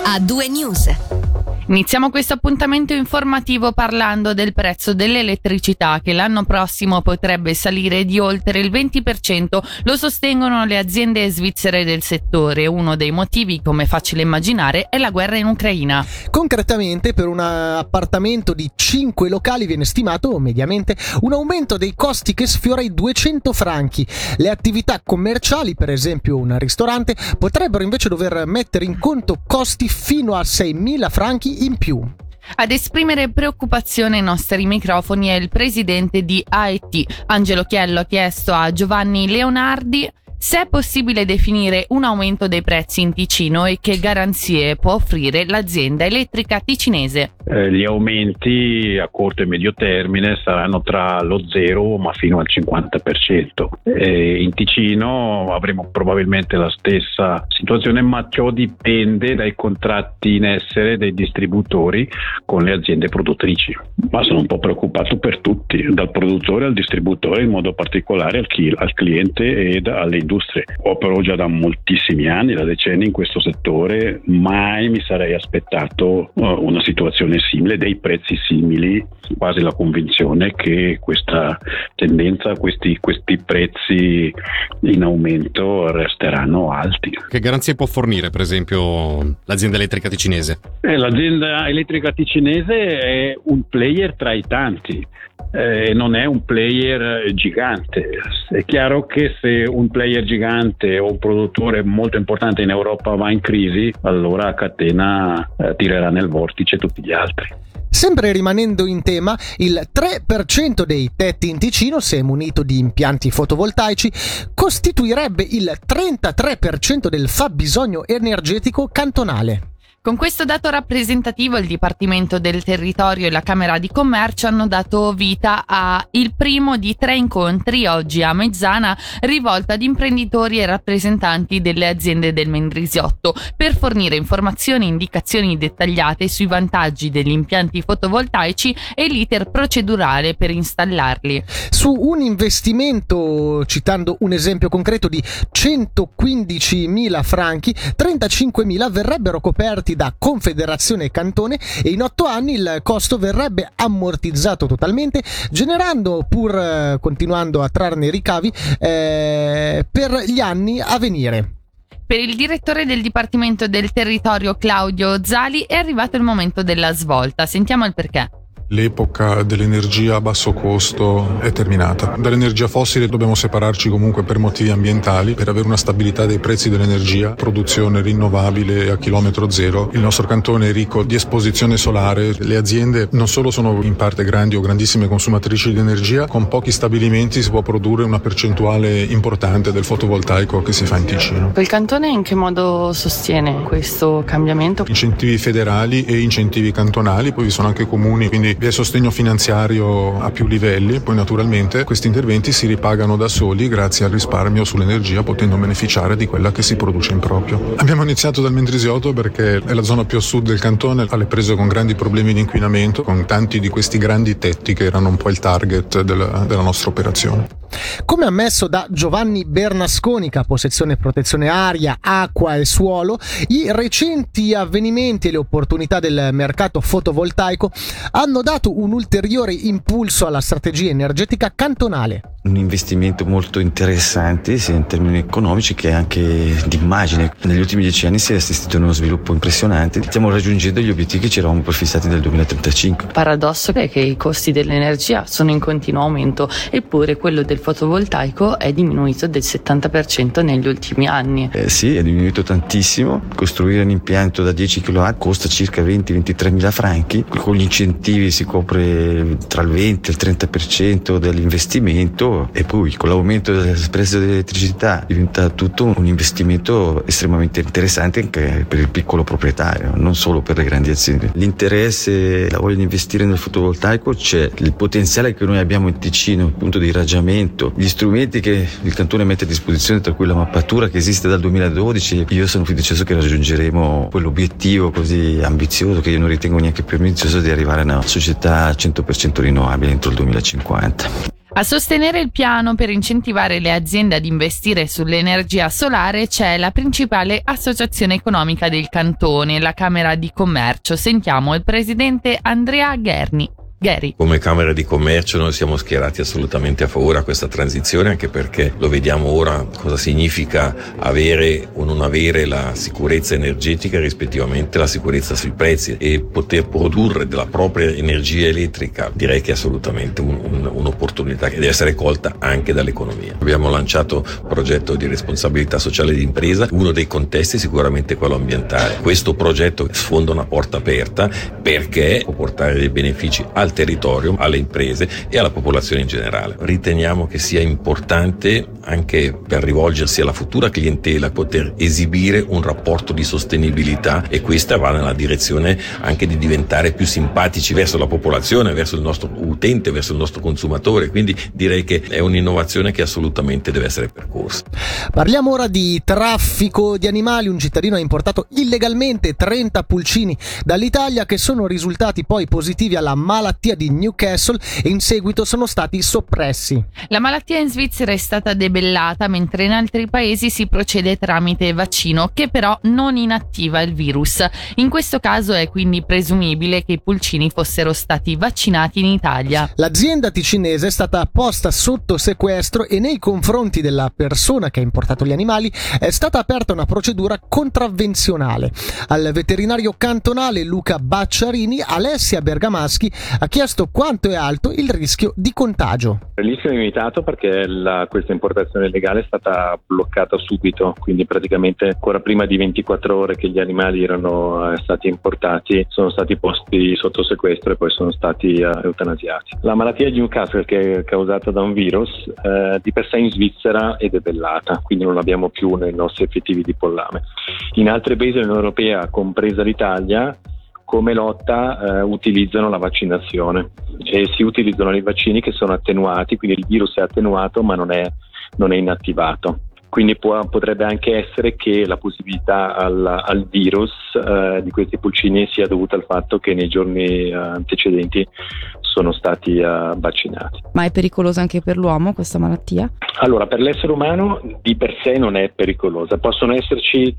A2 News. Iniziamo questo appuntamento informativo parlando del prezzo dell'elettricità che l'anno prossimo potrebbe salire di oltre il 20%, lo sostengono le aziende svizzere del settore. Uno dei motivi, come è facile immaginare, è la guerra in Ucraina. Concretamente, per un appartamento di 5 locali viene stimato mediamente un aumento dei costi che sfiora i 200 franchi. Le attività commerciali, per esempio un ristorante, potrebbero invece dover mettere in conto costi fino a 6.000 franchi in più. Ad esprimere preoccupazione ai nostri microfoni è il presidente di AET. Angelo Chiello ha chiesto a Giovanni Leonardi se è possibile definire un aumento dei prezzi in Ticino e che garanzie può offrire l'azienda elettrica ticinese. Gli aumenti a corto e medio termine saranno tra lo 0 ma fino al 50%. In Ticino avremo probabilmente la stessa situazione, ma ciò dipende dai contratti in essere dei distributori con le aziende produttrici. Ma sono un po' preoccupato per tutti, dal produttore al distributore, in modo particolare al cliente ed alle industrie. Opero già da moltissimi anni, da decenni in questo settore, mai mi sarei aspettato una situazione simile, dei prezzi simili, quasi la convinzione che questa tendenza, questi prezzi in aumento resteranno alti. Che garanzie può fornire, per esempio, l'azienda elettrica ticinese? L'azienda elettrica ticinese è un player tra i tanti. Non è un player gigante. È chiaro che se un player gigante o un produttore molto importante in Europa va in crisi, allora a catena tirerà nel vortice tutti gli altri. Sempre rimanendo in tema, il 3% dei tetti in Ticino, se munito di impianti fotovoltaici, costituirebbe il 33% del fabbisogno energetico cantonale. Con questo dato rappresentativo il Dipartimento del Territorio e la Camera di Commercio hanno dato vita a il primo di 3 incontri oggi a Mezzana rivolto ad imprenditori e rappresentanti delle aziende del Mendrisiotto per fornire informazioni e indicazioni dettagliate sui vantaggi degli impianti fotovoltaici e l'iter procedurale per installarli. Su un investimento, citando un esempio concreto di 115.000 franchi, 35.000 verrebbero coperti da Confederazione e Cantone e in 8 anni il costo verrebbe ammortizzato totalmente, generando, pur continuando a trarne ricavi, per gli anni a venire. Per il direttore del Dipartimento del Territorio Claudio Zali è arrivato il momento della svolta. Sentiamo il perché. L'epoca dell'energia a basso costo è terminata. Dall'energia fossile dobbiamo separarci comunque per motivi ambientali, per avere una stabilità dei prezzi dell'energia, produzione rinnovabile a chilometro zero. Il nostro cantone è ricco di esposizione solare. Le aziende non solo sono in parte grandi o grandissime consumatrici di energia, con pochi stabilimenti si può produrre una percentuale importante del fotovoltaico che si fa in Ticino. Il cantone in che modo sostiene questo cambiamento? Incentivi federali e incentivi cantonali, poi vi sono anche comuni, quindi vi è sostegno finanziario a più livelli, poi naturalmente questi interventi si ripagano da soli grazie al risparmio sull'energia, potendo beneficiare di quella che si produce in proprio. Abbiamo iniziato dal Mendrisiotto perché è la zona più a sud del cantone, alle prese con grandi problemi di inquinamento, con tanti di questi grandi tetti che erano un po' il target della nostra operazione. Come ammesso da Giovanni Bernasconi, caposezione protezione aria, acqua e suolo, i recenti avvenimenti e le opportunità del mercato fotovoltaico hanno dato un ulteriore impulso alla strategia energetica cantonale. Un investimento molto interessante sia in termini economici che anche di immagine. Negli ultimi 10 anni si è assistito a uno sviluppo impressionante. Stiamo raggiungendo gli obiettivi che ci eravamo prefissati nel 2035. Il paradosso è che i costi dell'energia sono in continuo aumento, eppure quello del fotovoltaico è diminuito del 70% negli ultimi anni. Sì, è diminuito tantissimo. Costruire un impianto da 10 kW costa circa 20-23 mila franchi. Con gli incentivi si copre tra il 20 e il 30% dell'investimento, e poi con l'aumento del prezzo dell'elettricità diventa tutto un investimento estremamente interessante anche per il piccolo proprietario, non solo per le grandi aziende. L'interesse, la voglia di investire nel fotovoltaico c'è, il potenziale che noi abbiamo in Ticino, appunto di irraggiamento, gli strumenti che il cantone mette a disposizione, tra cui la mappatura che esiste dal 2012, io sono fiducioso che raggiungeremo quell'obiettivo così ambizioso, che io non ritengo neanche più ambizioso, di arrivare a una società 100% rinnovabile entro il 2050. A sostenere il piano per incentivare le aziende ad investire sull'energia solare c'è la principale associazione economica del cantone, la Camera di Commercio. Sentiamo il presidente Andrea Gheri. Come Camera di Commercio noi siamo schierati assolutamente a favore a questa transizione, anche perché lo vediamo ora cosa significa avere o non avere la sicurezza energetica, rispettivamente la sicurezza sui prezzi, e poter produrre della propria energia elettrica. Direi che è assolutamente un'opportunità che deve essere colta anche dall'economia. Abbiamo lanciato un progetto di responsabilità sociale di impresa, uno dei contesti è sicuramente quello ambientale. Questo progetto sfonda una porta aperta perché può portare dei benefici al territorio, alle imprese e alla popolazione in generale. Riteniamo che sia importante anche per rivolgersi alla futura clientela poter esibire un rapporto di sostenibilità, e questa va nella direzione anche di diventare più simpatici verso la popolazione, verso il nostro utente, verso il nostro consumatore. Quindi direi che è un'innovazione che assolutamente deve essere percorsa. Parliamo ora di traffico di animali. Un cittadino ha importato illegalmente 30 pulcini dall'Italia che sono risultati poi positivi alla malattia di Newcastle e in seguito sono stati soppressi. La malattia in Svizzera è stata debellata, mentre in altri paesi si procede tramite vaccino, che però non inattiva il virus. In questo caso è quindi presumibile che i pulcini fossero stati vaccinati in Italia. L'azienda ticinese è stata posta sotto sequestro e nei confronti della persona che ha importato gli animali è stata aperta una procedura contravvenzionale. Al veterinario cantonale Luca Bacciarini, Alessia Bergamaschi ha chiesto quanto è alto il rischio di contagio. Il rischio è limitato perché questa importazione illegale è stata bloccata subito, quindi praticamente ancora prima di 24 ore che gli animali erano stati importati sono stati posti sotto sequestro e poi sono stati eutanasiati. La malattia di Newcastle, che è causata da un virus, di per sé in Svizzera è debellata, quindi non l'abbiamo più nei nostri effettivi di pollame. In altri paesi dell'Unione Europea, compresa l'Italia, come lotta utilizzano la vaccinazione e si utilizzano i vaccini che sono attenuati, quindi il virus è attenuato ma non è inattivato. Quindi potrebbe anche essere che la possibilità al virus di questi pulcini sia dovuta al fatto che nei giorni antecedenti sono stati vaccinati. Ma è pericolosa anche per l'uomo questa malattia? Allora, per l'essere umano di per sé non è pericolosa. Possono esserci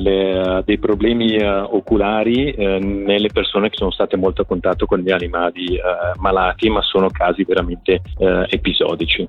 dei problemi oculari nelle persone che sono state molto a contatto con gli animali malati, ma sono casi veramente episodici.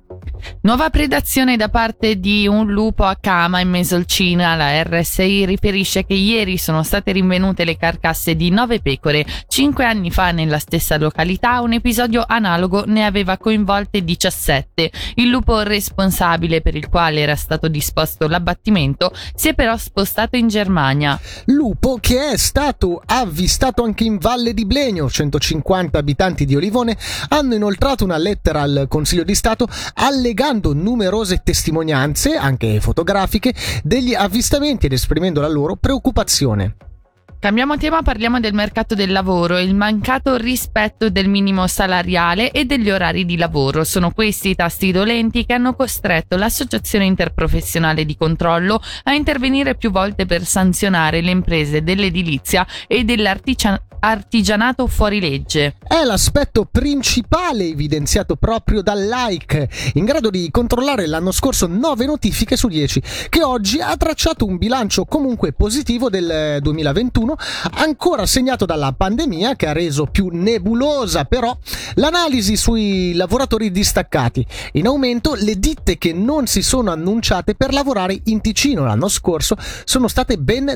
Nuova predazione da parte di un lupo a Cama in Mesolcina. La RSI riferisce che ieri sono state rinvenute le carcasse di 9 pecore. 5 anni fa nella stessa località un episodio analogo ne aveva coinvolte 17. Il lupo responsabile, per il quale era stato disposto l'abbattimento, si è però spostato in Germania. Lupo che è stato avvistato anche in Valle di Blegno. 150 abitanti di Olivone hanno inoltrato una lettera al Consiglio di Stato allegando numerose testimonianze, anche fotografiche, degli avvistamenti ed esprimendo la loro preoccupazione. Cambiamo tema, parliamo del mercato del lavoro. Il mancato rispetto del minimo salariale e degli orari di lavoro sono questi i tasti dolenti che hanno costretto l'Associazione Interprofessionale di Controllo a intervenire più volte per sanzionare le imprese dell'edilizia e dell'artigianato fuori legge. È l'aspetto principale evidenziato proprio dall'AIC, in grado di controllare l'anno scorso 9 notifiche su 10, che oggi ha tracciato un bilancio comunque positivo del 2021, ancora segnato dalla pandemia che ha reso più nebulosa però l'analisi sui lavoratori distaccati. In aumento le ditte che non si sono annunciate per lavorare in Ticino l'anno scorso sono state ben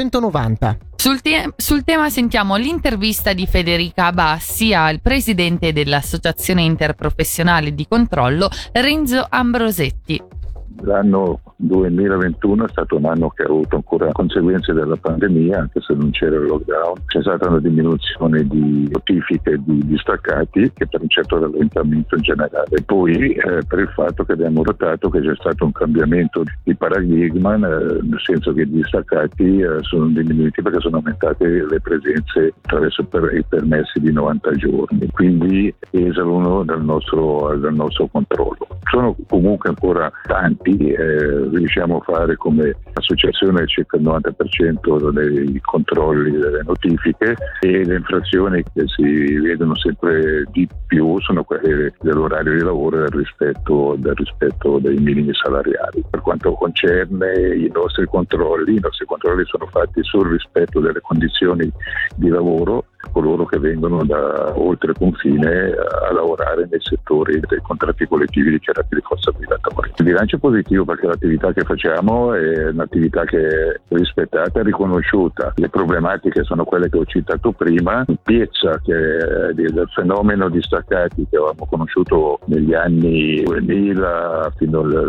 290. Sul tema sentiamo l'intervista di Federica Bassi al presidente dell'Associazione Interprofessionale di Controllo, Renzo Ambrosetti. L'anno 2021 è stato un anno che ha avuto ancora conseguenze della pandemia, anche se non c'era il lockdown. C'è stata una diminuzione di notifiche di distaccati, che per un certo rallentamento in generale. E poi per il fatto che abbiamo notato che c'è stato un cambiamento di paradigma, nel senso che i distaccati sono diminuiti perché sono aumentate le presenze attraverso i permessi di 90 giorni. Quindi esalano dal nostro controllo. Sono comunque ancora tanti api, riusciamo a fare come associazione circa il 90% dei controlli delle notifiche, e le infrazioni che si vedono sempre di più sono quelle dell'orario di lavoro e del rispetto dei minimi salariali. Per quanto concerne i nostri controlli sono fatti sul rispetto delle condizioni di lavoro, coloro che vengono da oltre confine a lavorare nei settori dei contratti collettivi dichiarati di forza obbligatoria. Il bilancio è positivo perché l'attività che facciamo è un'attività che è rispettata e riconosciuta. Le problematiche sono quelle che ho citato prima. Piezza, che è del fenomeno di staccati che avevamo conosciuto negli anni 2000 fino al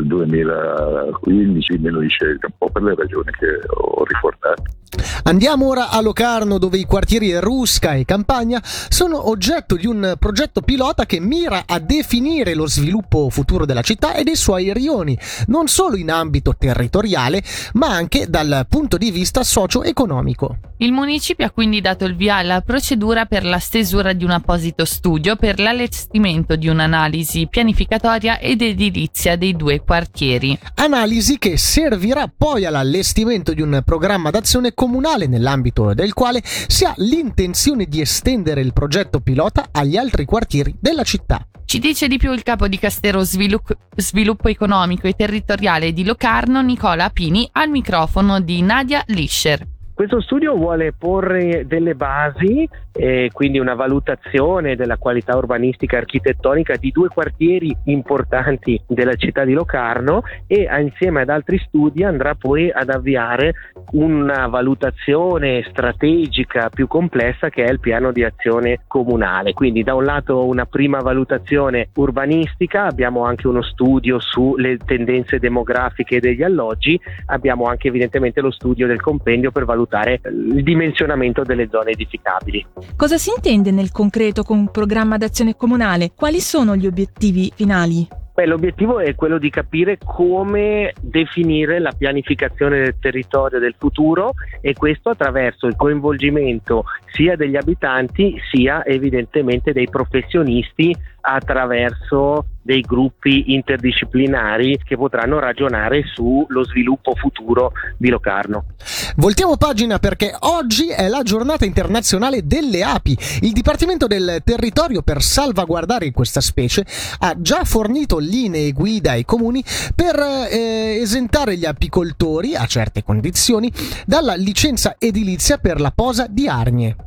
2015, diminuisce un po' per le ragioni che ho ricordato. Andiamo ora a Locarno, dove i quartieri Rusca e Campagna sono oggetto di un progetto pilota che mira a definire lo sviluppo futuro della città e dei suoi rioni, non solo in ambito territoriale, ma anche dal punto di vista socio-economico. Il municipio ha quindi dato il via alla procedura per la stesura di un apposito studio per l'allestimento di un'analisi pianificatoria ed edilizia dei due quartieri. Analisi che servirà poi all'allestimento di un programma d'azione comunale nell'ambito del quale si ha l'intenzione di estendere il progetto pilota agli altri quartieri della città. Ci dice di più il capo di Castero Sviluppo Economico e Territoriale di Locarno, Nicola Pini, al microfono di Nadia Lischer. Questo studio vuole porre delle basi, quindi una valutazione della qualità urbanistica e architettonica di due quartieri importanti della città di Locarno, e insieme ad altri studi andrà poi ad avviare una valutazione strategica più complessa che è il piano di azione comunale. Quindi da un lato una prima valutazione urbanistica, abbiamo anche uno studio sulle tendenze demografiche degli alloggi, abbiamo anche evidentemente lo studio del compendio per valutare il dimensionamento delle zone edificabili. Cosa si intende nel concreto con un programma d'azione comunale? Quali sono gli obiettivi finali? L'obiettivo è quello di capire come definire la pianificazione del territorio del futuro, e questo attraverso il coinvolgimento sia degli abitanti sia evidentemente dei professionisti, attraverso dei gruppi interdisciplinari che potranno ragionare sullo sviluppo futuro di Locarno. Voltiamo pagina perché oggi è la giornata internazionale delle api. Il Dipartimento del Territorio, per salvaguardare questa specie, ha già fornito linee guida ai comuni per esentare gli apicoltori, a certe condizioni, dalla licenza edilizia per la posa di arnie.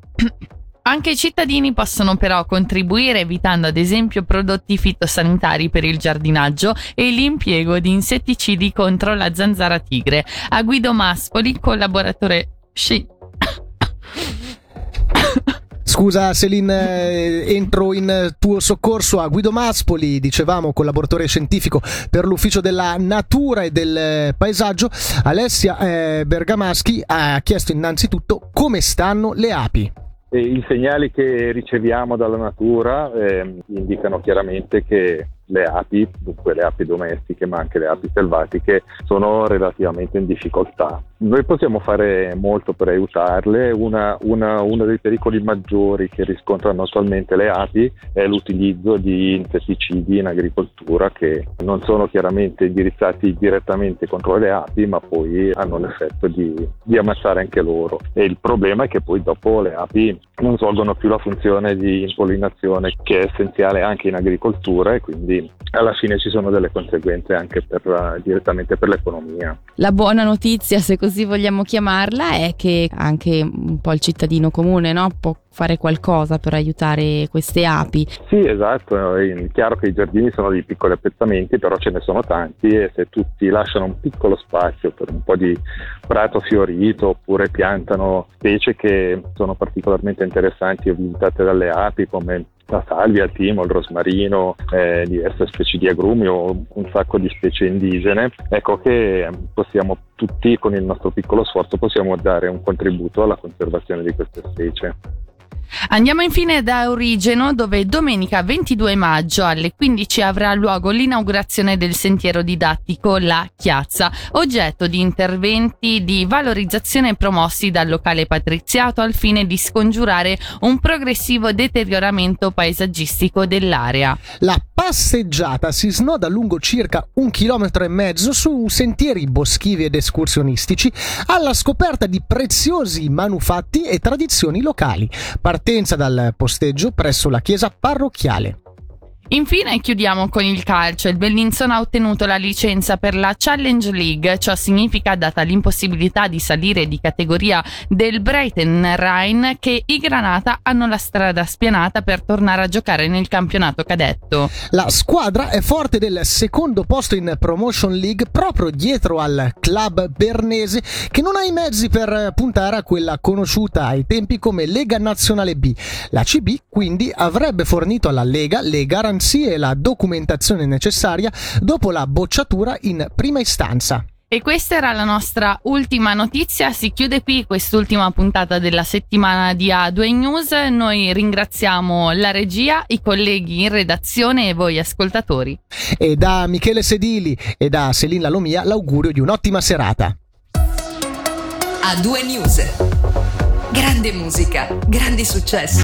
Anche i cittadini possono però contribuire evitando ad esempio prodotti fitosanitari per il giardinaggio e l'impiego di insetticidi contro la zanzara tigre. A Guido Maspoli, collaboratore Scusa Celine, entro in tuo soccorso. A Guido Maspoli, dicevamo, collaboratore scientifico per l'Ufficio della Natura e del Paesaggio, Alessia Bergamaschi ha chiesto innanzitutto come stanno le api. I segnali che riceviamo dalla natura indicano chiaramente che le api, dunque le api domestiche ma anche le api selvatiche, sono relativamente in difficoltà. Noi possiamo fare molto per aiutarle. Uno dei pericoli maggiori che riscontrano attualmente le api è l'utilizzo di insetticidi in agricoltura, che non sono chiaramente indirizzati direttamente contro le api, ma poi hanno l'effetto di ammazzare anche loro. E il problema è che poi dopo le api non svolgono più la funzione di impollinazione, che è essenziale anche in agricoltura, e quindi alla fine ci sono delle conseguenze anche direttamente per l'economia. La buona notizia, se così vogliamo chiamarla, è che anche un po' il cittadino comune, no, può fare qualcosa per aiutare queste api. Sì, esatto, è chiaro che i giardini sono dei piccoli appezzamenti, però ce ne sono tanti, e se tutti lasciano un piccolo spazio per un po' di prato fiorito, oppure piantano specie che sono particolarmente interessanti e visitate dalle api, come la salvia, il timo, il rosmarino, diverse specie di agrumi o un sacco di specie indigene, ecco che possiamo tutti, con il nostro piccolo sforzo, possiamo dare un contributo alla conservazione di queste specie. Andiamo infine da Eurigeno, dove domenica 22 maggio alle 15 avrà luogo l'inaugurazione del sentiero didattico La Chiazza, oggetto di interventi di valorizzazione promossi dal locale patriziato al fine di scongiurare un progressivo deterioramento paesaggistico dell'area. La passeggiata si snoda lungo circa 1,5 km su sentieri boschivi ed escursionistici alla scoperta di preziosi manufatti e tradizioni locali. Partenza dal posteggio presso la chiesa parrocchiale. Infine chiudiamo con il calcio. Il Bellinzona ha ottenuto la licenza per la Challenge League. Ciò significa, data l'impossibilità di salire di categoria del Breiten Rhein, che i Granata hanno la strada spianata per tornare a giocare nel campionato cadetto. La squadra è forte del secondo posto in Promotion League, proprio dietro al club bernese, che non ha i mezzi per puntare a quella conosciuta ai tempi come Lega Nazionale B. La CB quindi avrebbe fornito alla Lega le garanzie e la documentazione necessaria dopo la bocciatura in prima istanza. E questa era la nostra ultima notizia. Si chiude qui quest'ultima puntata della settimana di A2 News. Noi ringraziamo la regia, i colleghi in redazione e voi ascoltatori. E da Michele Sedili e da Selin Lalomia l'augurio di un'ottima serata. A2 News. Grande musica, grandi successi.